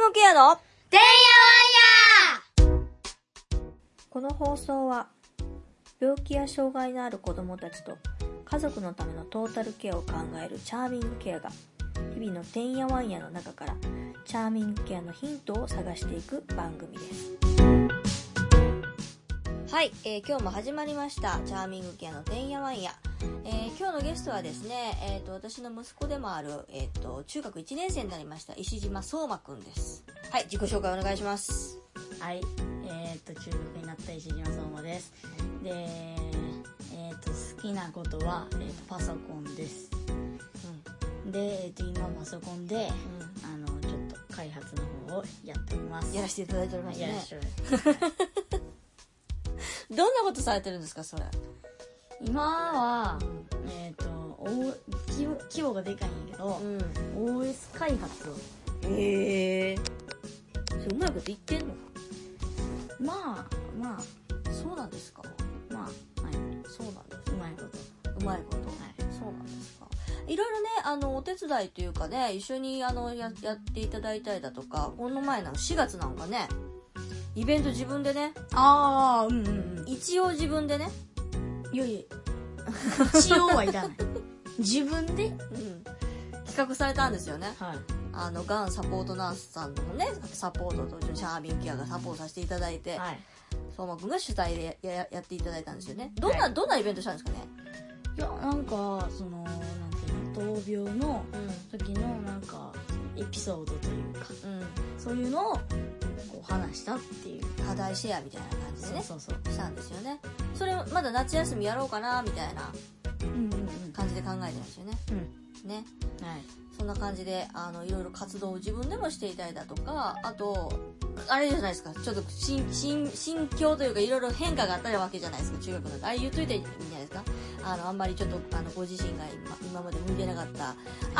グケアのてんやわんや。 この放送は病気や障害のある子どもたちと家族のためのトータルケアを考えるチャーミングケアが日々のてんやわんやの中からチャーミングケアのヒントを探していく番組です。はい、今日も始まりましたチャーミングケアのてんやわんや。今日のゲストはですね、私の息子でもある、中学1年生になりました石島相馬くんです。はい、自己紹介お願いします。 はい、中学になった石島相馬です。で、好きなことは、パソコンです。で、今パソコンで、ちょっと開発の方をやっております。 やらせていただいておりますね。 やらせております。 どんなことされてるんですか、それ。 今は、規模がでかいんやけど、OS 開発を。 それうまいこと言ってんの？ まあ、 そうなんですか。 まあ、はい。 そうなんです。 うまいこと。 うまいこと。はい。そうなんですか。いろいろね、お手伝いというかね、一緒にやっていただいたりだとか、この前の4月なんかね、イベント自分でね、一応自分でね、 いやいや、一応はいらない。自分で、 企画されたんですよね。 はい。 がんサポートナースさんのね、サポートとチャーミングケアがサポートさせていただいて、 はい。 相馬くんが主体でやっていただいたんですよね。どんなイベントしたんですかね。 いや、なんか、なんていうの、闘病の時のなんか、エピソードというか、そういうのをこう話したっていう。 課題シェアみたいな感じでね、 そうしたんですよね。それまだ夏休みやろうかなみたいな感じで考えてるんですよね。ね。 はい。 そんな感じでいろいろ活動を自分でもしていたりだとか、あとあれじゃないですか、ちょっと心境というかいろいろ変化があったわけじゃないですか、中学のあれ言っといていいんじゃないですか。あんまりちょっとご自身が今まで向いてなかった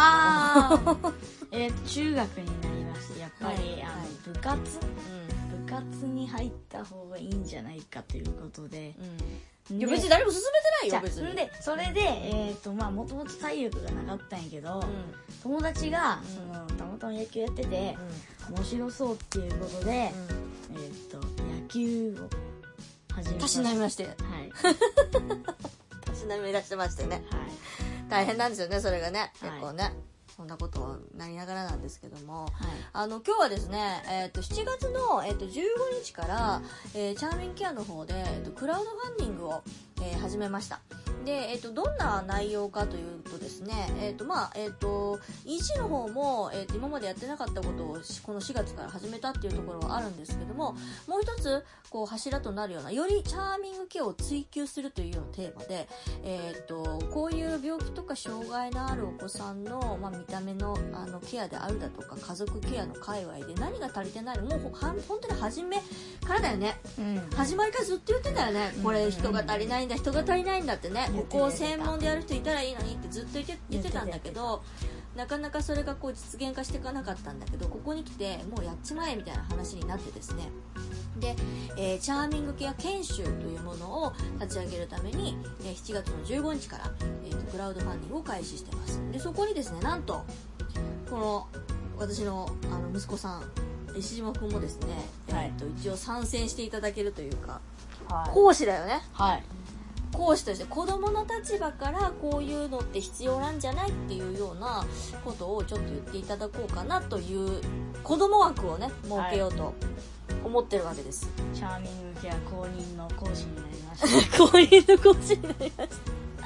中学になりまして、やっぱり、部活に入った方がいいんじゃないかということで、 いや別に誰も勧めてないよ、別に。 でそれでもともと体力がなかったんやけど、友達がたまたま野球やってて、面白そうっていうことで、野球を始めました。 たしなみまして、 はい。 たしなみいらしてましてね、 はい。 大変なんですよね、それがね、結構ね、そんなことをなりながらなんですけども、今日はですね、7月の、15日から、チャーミングケアの方で、クラウドファンディングを、始めました。で、どんな内容かというとですね、EC の方も、今までやってなかったことをこの4月から始めたっていうところはあるんですけども、もう一つこう柱となるようなよりチャーミングケアを追求するというようなテーマで、こういう病気とか障害のあるお子さんの、見た目のケアであるだとか家族ケアの界隈で何が足りてないの、もう本当に初めからだよね、始まりからずっと言ってたよね、これ人が足りないんだ人が足りないんだってね、ここを専門でやる人いたらいいのにってずっと言ってたんだけど、なかなかそれがこう実現化していかなかったんだけど、ここに来てもうやっちまえみたいな話になってですね、で、チャーミングケア研修というものを立ち上げるために、7月の15日から、クラウドファンディングを開始してます。でそこにですね、なんとこの私の息子さん石島くんもですね、一応参戦していただけるというか、講師だよね。講師として子供の立場からこういうのって必要なんじゃないっていうようなことをちょっと言っていただこうかなという子供枠をね設けようと思ってるわけです。 チャーミングケア公認の講師になりました。 公認の講師になりました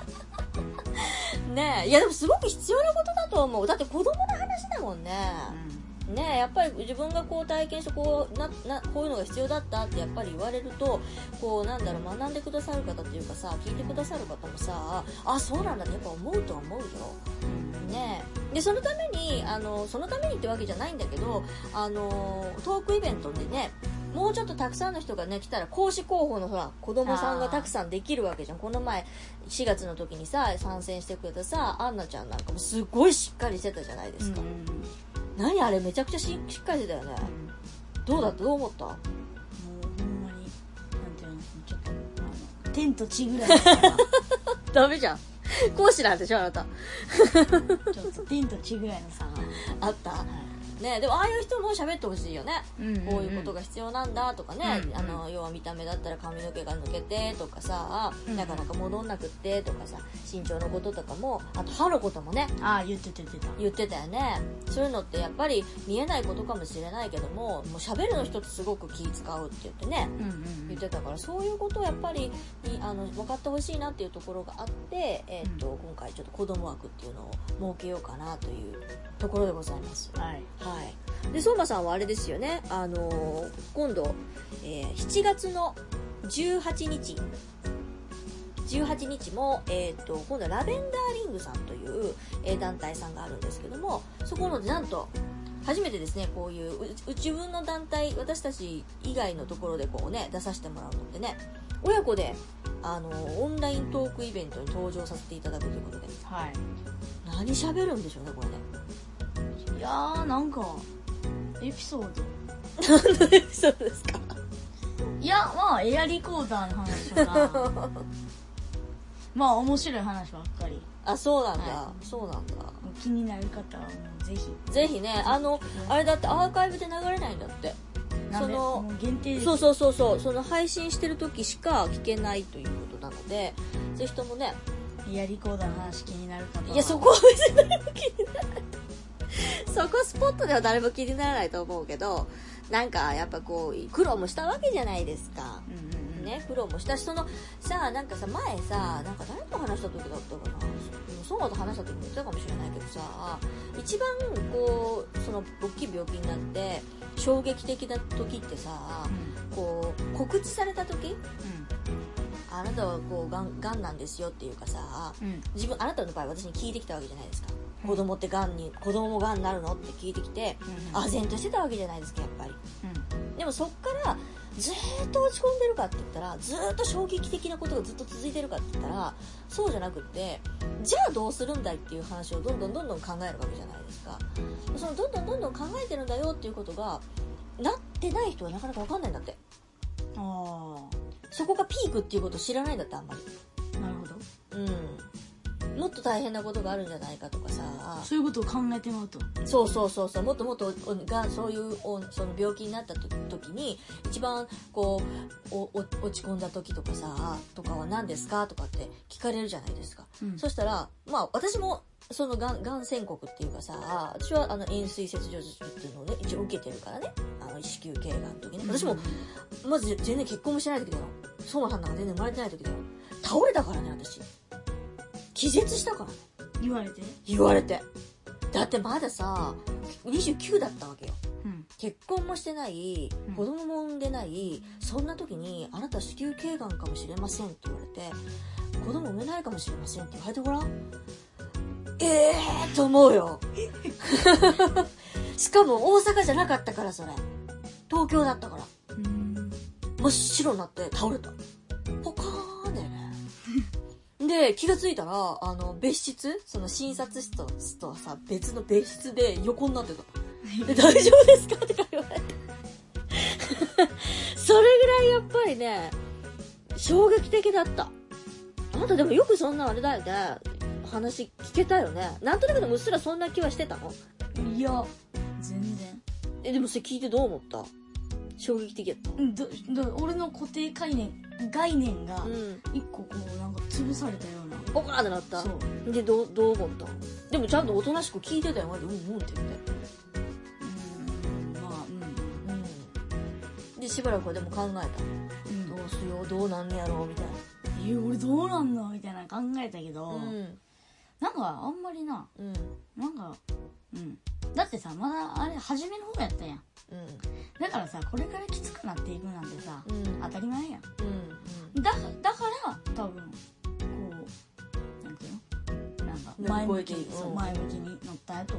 ねえ、いやでもすごく必要なことだと思う。だって子供の話だもんね。ねえ、やっぱり自分がこう体験してこういうのが必要だったってやっぱり言われると、こう学んでくださる方っていうかさ、聞いてくださる方もさ、あ、そうなんだってやっぱ思うとは思うよ。ねえ。でそのためにってわけじゃないんだけど、トークイベントでね、もうちょっとたくさんの人がね来たら講師候補のほら子供さんがたくさんできるわけじゃん。この前4月の時にさ参戦してくれたさアンナちゃんなんかもすごいしっかりしてたじゃないですか。何あれめちゃくちゃしっかりしてたよね。どう思った？もうほんまになんていうの、ちょっと天と地ぐらいの差がダメじゃん、講師なんでしょあなたちょっと天と地ぐらいの差があった、 ね、でもああいう人も喋ってほしいよね、こういうことが必要なんだとかね、要は見た目だったら髪の毛が抜けてとかさ、なかなか戻んなくってとかさ、身長のこととかも、あと歯のこともね、 言ってたよね。そういうのってやっぱり見えないことかもしれないけども、もう喋るの人ってすごく気使うって言ってね、言ってたから、そういうことをやっぱり分かってほしいなっていうところがあって、今回ちょっと子供枠っていうのを設けようかなというところでございます。はい。で、相馬さんはあれですよね、今度、7月の18日も、今度はラベンダーリングさんという、団体さんがあるんですけども、そこのなんと初めてですね、こういう自分の団体、私たち以外のところでこうね出させてもらうのってね、親子でオンライントークイベントに登場させていただくということで、何喋るんでしょうね、これね。 いやー、なんかエピソード何のエピソードですか？ いや、まあエアリコーダーの話とかまあ面白い話ばっかり。 そうなんだ、そうなんだ。 気になる方はもうぜひね、あれだってアーカイブで流れないんだって。 もう限定です。 そうその配信してる時しか聞けないということなので、ぜひともね、 エアリコーダーの話気になる方は。 いや、そこは別に誰も気にならないそこスポットでは誰も気にならないと思うけど、なんかやっぱこう苦労もしたわけじゃないですか、ね、苦労もしたし、なんかさ、前さ、なんか誰と話した時だったかな、相馬と話した時も言ったかもしれないけどさ、一番こうその大きい病気になって衝撃的な時ってさ、こう告知された時、あなたはこうがんなんですよっていうかさ、あなたの場合私に聞いてきたわけじゃないですか、子供もがんになるのって聞いてきて、唖然としてたわけじゃないですか、やっぱり、でもそっからずーっと落ち込んでるかって言ったら、ずーっと衝撃的なことがずっと続いてるかって言ったらそうじゃなくって、じゃあどうするんだいっていう話をどんどん考えるわけじゃないですか。そのどんどん考えてるんだよっていうことがなってない人はなかなか分かんないんだって。そこがピークっていうことを知らないんだって、あんまり。 なるほど。 もっと大変なことがあるんじゃないかとかさ、 そういうことを考えてもらうと、 そうもっともっとそういうその病気になった時に一番こう落ち込んだ時とかさとかは何ですかとかって聞かれるじゃないですか、そしたらまあ私もそのがん宣告っていうかさ、私は円錐切除術っていうのをね一応受けてるからね、子宮頸がんの時ね、私もまず全然結婚もしてない時だよ、相馬さんなんか全然生まれてない時だよ、倒れたからね、私気絶したからね。言われて。だってまださ、29だったわけよ。結婚もしてない、子供も産んでない、そんな時に、あなた子宮頸がんかもしれませんって言われて、子供産めないかもしれませんって言われてごらん。と思うよ。しかも大阪じゃなかったから、それ。東京だったから。真っ白になって倒れた。ポカーンだよね。で、気がついたら、別室、その診察室とはさ、別の別室で横になってた。で、大丈夫ですかって言われて。それぐらいやっぱりね、衝撃的だった。あなたでもよくそんなあれだよね、話聞けたよね。なんとなくでもうっすらそんな気はしてたの？ いや、全然。 でもそれ聞いてどう思った？衝撃的やった？ 俺の固定概念が一個こうなんか潰されたような。 ボカーってなった？そう。でどう思った？でもちゃんとおとなしく聞いてたよ、マジで。って言って。でしばらくはでも考えた。どうしよう、どうなんねやろうみたいな。 俺どうなんのみたいな考えたけど、なんかあんまりな、なんかだってさ、まだあれ初めの方やったやん。だからさ、これからきつくなっていくなんてさ、当たり前やん。だから多分こうなんていうの、なんか前向きに乗ったやと。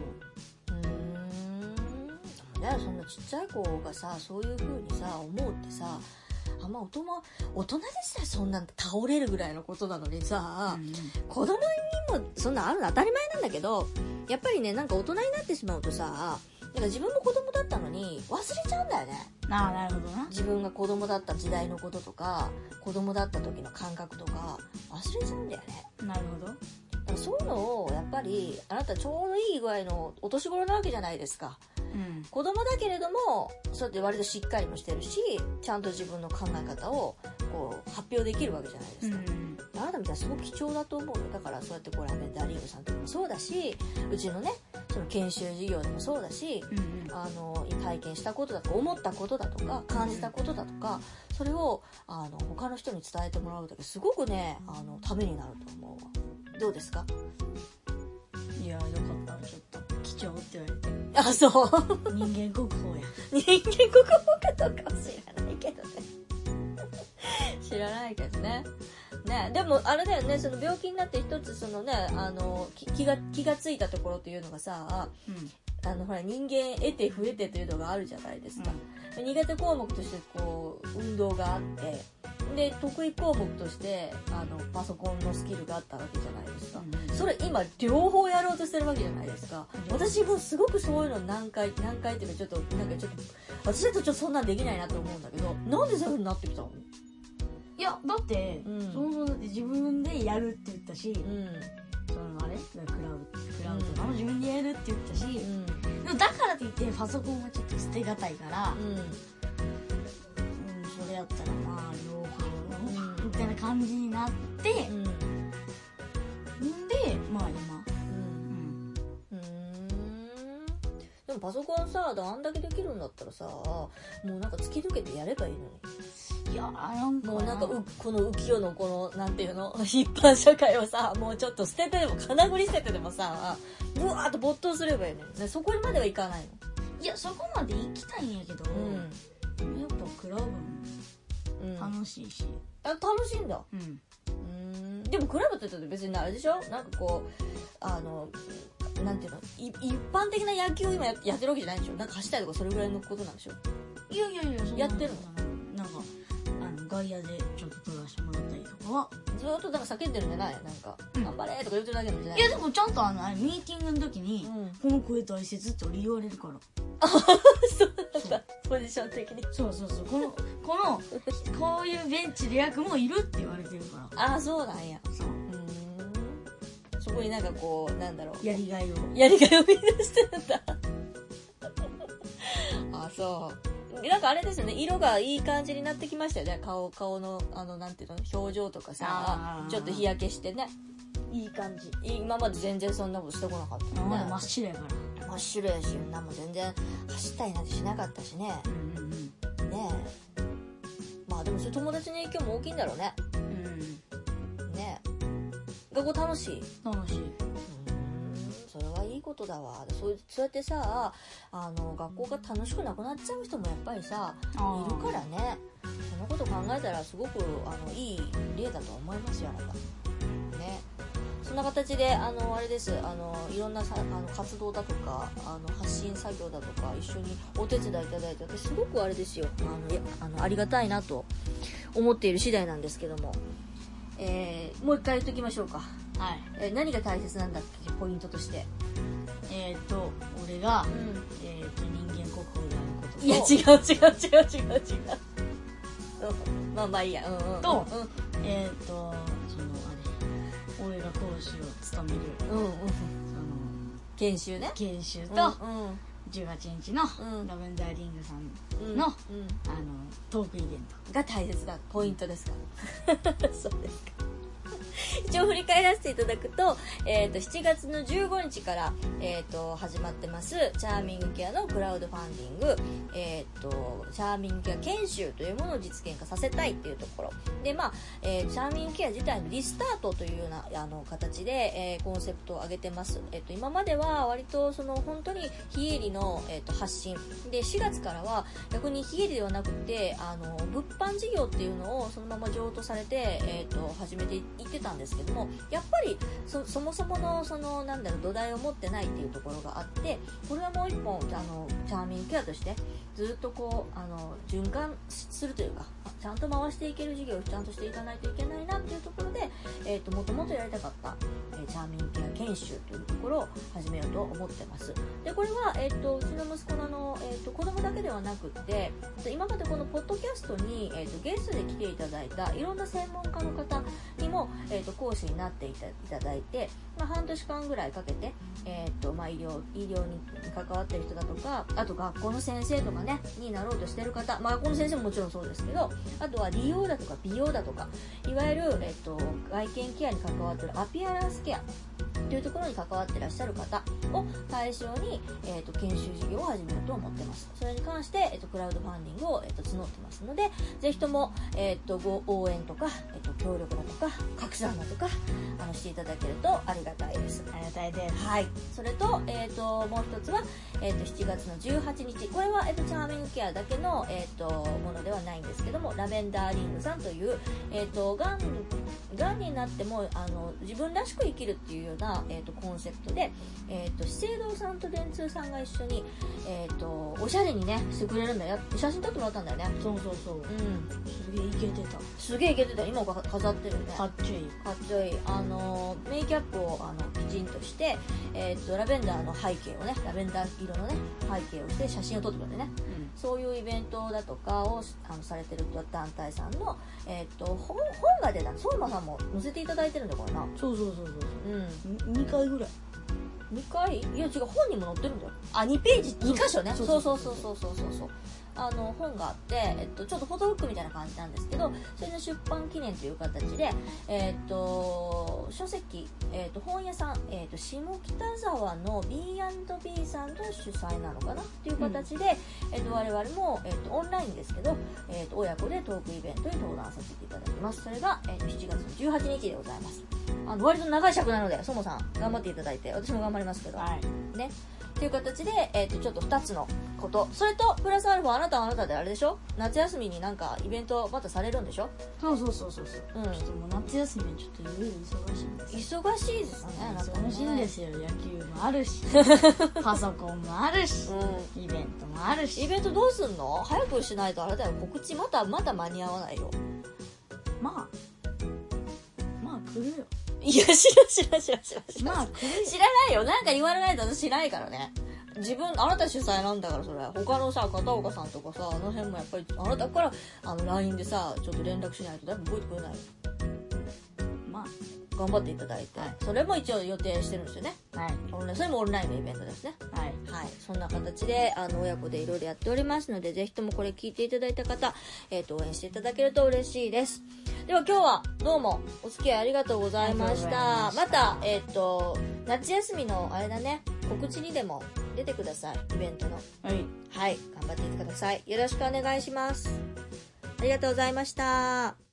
そんなちっちゃい子がさ、そういう風にさ思うってさ、あんま大人ですらそんな倒れるぐらいのことなのにさ、子供にもそんなあるの当たり前なんだけど、やっぱりね、なんか大人になってしまうとさ、なんか自分も子供だったのに忘れちゃうんだよね。 なるほどな。 自分が子供だった時代のこととか、子供だった時の感覚とか忘れちゃうんだよね。 なるほど。 だからそういうのをやっぱり、あなたちょうどいい具合のお年頃なわけじゃないですか。 子供だけれどもそうやって割としっかりもしてるし、ちゃんと自分の考え方をこう発表できるわけじゃないですか、あなたみたいにすごく貴重だと思うよ。だからそうやってこれラベンダーリングさんとかもそうだし、うちのねその研修事業でもそうだし、体験したことだとか思ったことだとか感じたことだとか、それを他の人に伝えてもらうだけすごくねためになると思うわ。どうですか？ いやよかった。ちょっと貴重って言われて。 あ、そう人間国宝や。 人間国宝かどうかは知らないけどね知らないけどね。ね、でもあれだよね、その病気になって一つそのね気がついたところというのがさ、ほら人間得て増えてというのがあるじゃないですか、苦手項目としてこう運動があって、で得意項目としてパソコンのスキルがあったわけじゃないですか、それ今両方やろうとしてるわけじゃないですか、私もすごくそういうの何回っていうかちょっと私だとちょっとそんなんできないなと思うんだけど、なんでそういう風になってきたの？ いやだって、だって自分でやるって言ったし、そのあれクラウドとかも自分でやるって言ったし、でもだからといってパソコンはちょっと捨てがたいから、それやったらまあ両方みたいな感じになって、でまあ今でもパソコンさあんだけできるんだったらさ、もうなんか突き抜けてやればいいのに。 いやもうなんかこの浮世のこのなんていうの一般社会をさ、もうちょっと捨ててでも金繰り捨ててでもさブワーッと没頭すればいいのに、そこまではいかないの？ いやそこまで行きたいんやけど、やっぱクラブも楽しいし、 楽しいんだ。でもクラブって言ったら別にあれでしょ、なんかこうなんていうの一般的な野球を今やってるわけじゃないんでしょ、なんか走ったりとかそれぐらいのことなんでしょ？ いややってるの？ なんか外野でちょっと撮らせてもらったりとかはずっとなんか叫んでるんじゃない？なんか、頑張れとか言ってるだけなんじゃない？ いやでもちゃんとミーティングの時に、この声大切って俺言われるから。 そうなんだ、ポジション的に。 そうこういうベンチで役もいるって言われてるから。 あ、そうなんや。そこになんかこうなんだろう、 やりがいを見出してるんだあ、そうなんかあれですよね、色がいい感じになってきましたよね。顔のなんていうの表情とかさ、ちょっと日焼けしてね、いい感じ。今まで全然そんなことしてこなかったもんね。 真っ白やから。 真っ白やし、なんも全然走ったりなんてしなかったしね。ねえ。まあでもそれ友達の影響も大きいんだろうね。ねえ。学校楽しい？ 楽しい。 それはいいことだわ。そうやってさ、学校が楽しくなくなっちゃう人もやっぱりさいるからね。そのこと考えたらすごくいい例だと思いますよ、あなたね。そんな形であれです、いろんな活動だとか発信作業だとか一緒にお手伝いいただいて、私すごくあれですよ、ありがたいなと思っている次第なんですけども、もう一回言っときましょうか。 はい。 何が大切なんだっけ、ポイントとして。 俺が、人間国宝であることと。 いや違うまあいいや。 と、俺が講師を務める、 研修と、 18日のラベンダーリングさんの、トークイベントが大切だ、ポイントですからそうですか。一応振り返らせていただくと、7月の15日から、始まってますチャーミングケアのクラウドファンディング、チャーミングケア研修というものを実現化させたいっていうところで、チャーミングケア自体のリスタートというような形で、コンセプトを上げてます。今までは割と本当に非営利の、発信で、4月からは逆に非営利ではなくて物販事業っていうのをそのまま譲渡されて、始めていってたんですけども、やっぱりそもそもの土台を持ってないっていうところがあって、これはもう一本チャーミングケアとしてずっとこう循環するというか、 ちゃんと回していける事業をちゃんとしていかないといけないなっていうところで、もともとやりたかった、チャーミングケア研修というところを始めようと思ってます。でこれは、うちの息子の子供だけではなくって今までこのポッドキャストに、ゲストで来ていただいたいろんな専門家の方にも、講師になっていただいて、半年間ぐらいかけて、医療に関わってる人だとか、あと学校の先生とかねになろうとしてる方、学校の先生ももちろんそうですけど、あとは理容だとか美容だとか、いわゆる、外見ケアに関わってるアピアランスケアというところに関わってらっしゃる方を対象に、研修事業を始めようと思ってます。それに関して、クラウドファンディングを、募ってますので、ぜひとも、ご応援とか、協力だとか拡散だとかしていただけるとありがたいです。 ありがたいです。 はい。それと、もう一つは、7月の18日、これは、チャーミングケアだけの、ものではないんですけども、ラベンダーリングさんという、がんになっても自分らしく生きるっていうような、コンセプトで、資生堂さんと電通さんが一緒に、おしゃれにねしてくれるんだよ。写真撮ってもらったんだよね。 そうそうそう、すげえイケてた。 すげえイケてた。今飾ってるよね。 かっちょいい。 かっちょいい。メイキャップをきちんとして、ラベンダーの背景をね、ラベンダー色のね背景をして写真を撮ってくれてね、そういうイベントだとかをされてる団体さんの、本が出た。相馬さんも載せていただいてるんだこれな。 そう、2回ぐらい。 2回？いや違う、本にも載ってるんだよ。2ページ2箇所ね。そう本があって、ちょっとフォトブックみたいな感じなんですけど、それの出版記念という形で、書籍、本屋さん、下北沢の B&B さんの主催なのかなっていう形で、我々も、オンラインですけど、親子でトークイベントに登壇させていただきます。それが、7月の18日でございます。割と長い尺なので、そもさん頑張っていただいて、私も頑張りますけど、ね。という形で、ちょっと2つのこと。それと、プラスアルファ、あなたはあなたであれでしょ？夏休みになんかイベントまたされるんでしょ？ そう。ちょっともう夏休みはちょっといろいろ忙しいんです。 忙しいですね。 忙しいんですよ。野球もあるし、パソコンもあるし、イベントもあるし。 イベントどうすんの？早くしないとあれだよ。告知また間に合わないよ。 まあ来るよ。 いや、知ら来るよ。 知らないよ。なんか言われないと私しないからね。あなた主催なんだから、それ。他のさ、片岡さんとかさ、あの辺もやっぱり、あなたから、LINE でさ、ちょっと連絡しないと誰も覚えてくれないよ。頑張っていただいて、それも一応予定してるんですよね。それもオンラインのイベントですね。そんな形で親子でいろいろやっておりますので、ぜひともこれ聞いていただいた方、応援していただけると嬉しいです。では今日はどうもお付き合いありがとうございました。また夏休みのあれだね、告知にでも出てください。イベントの頑張っていってください。よろしくお願いします。ありがとうございました。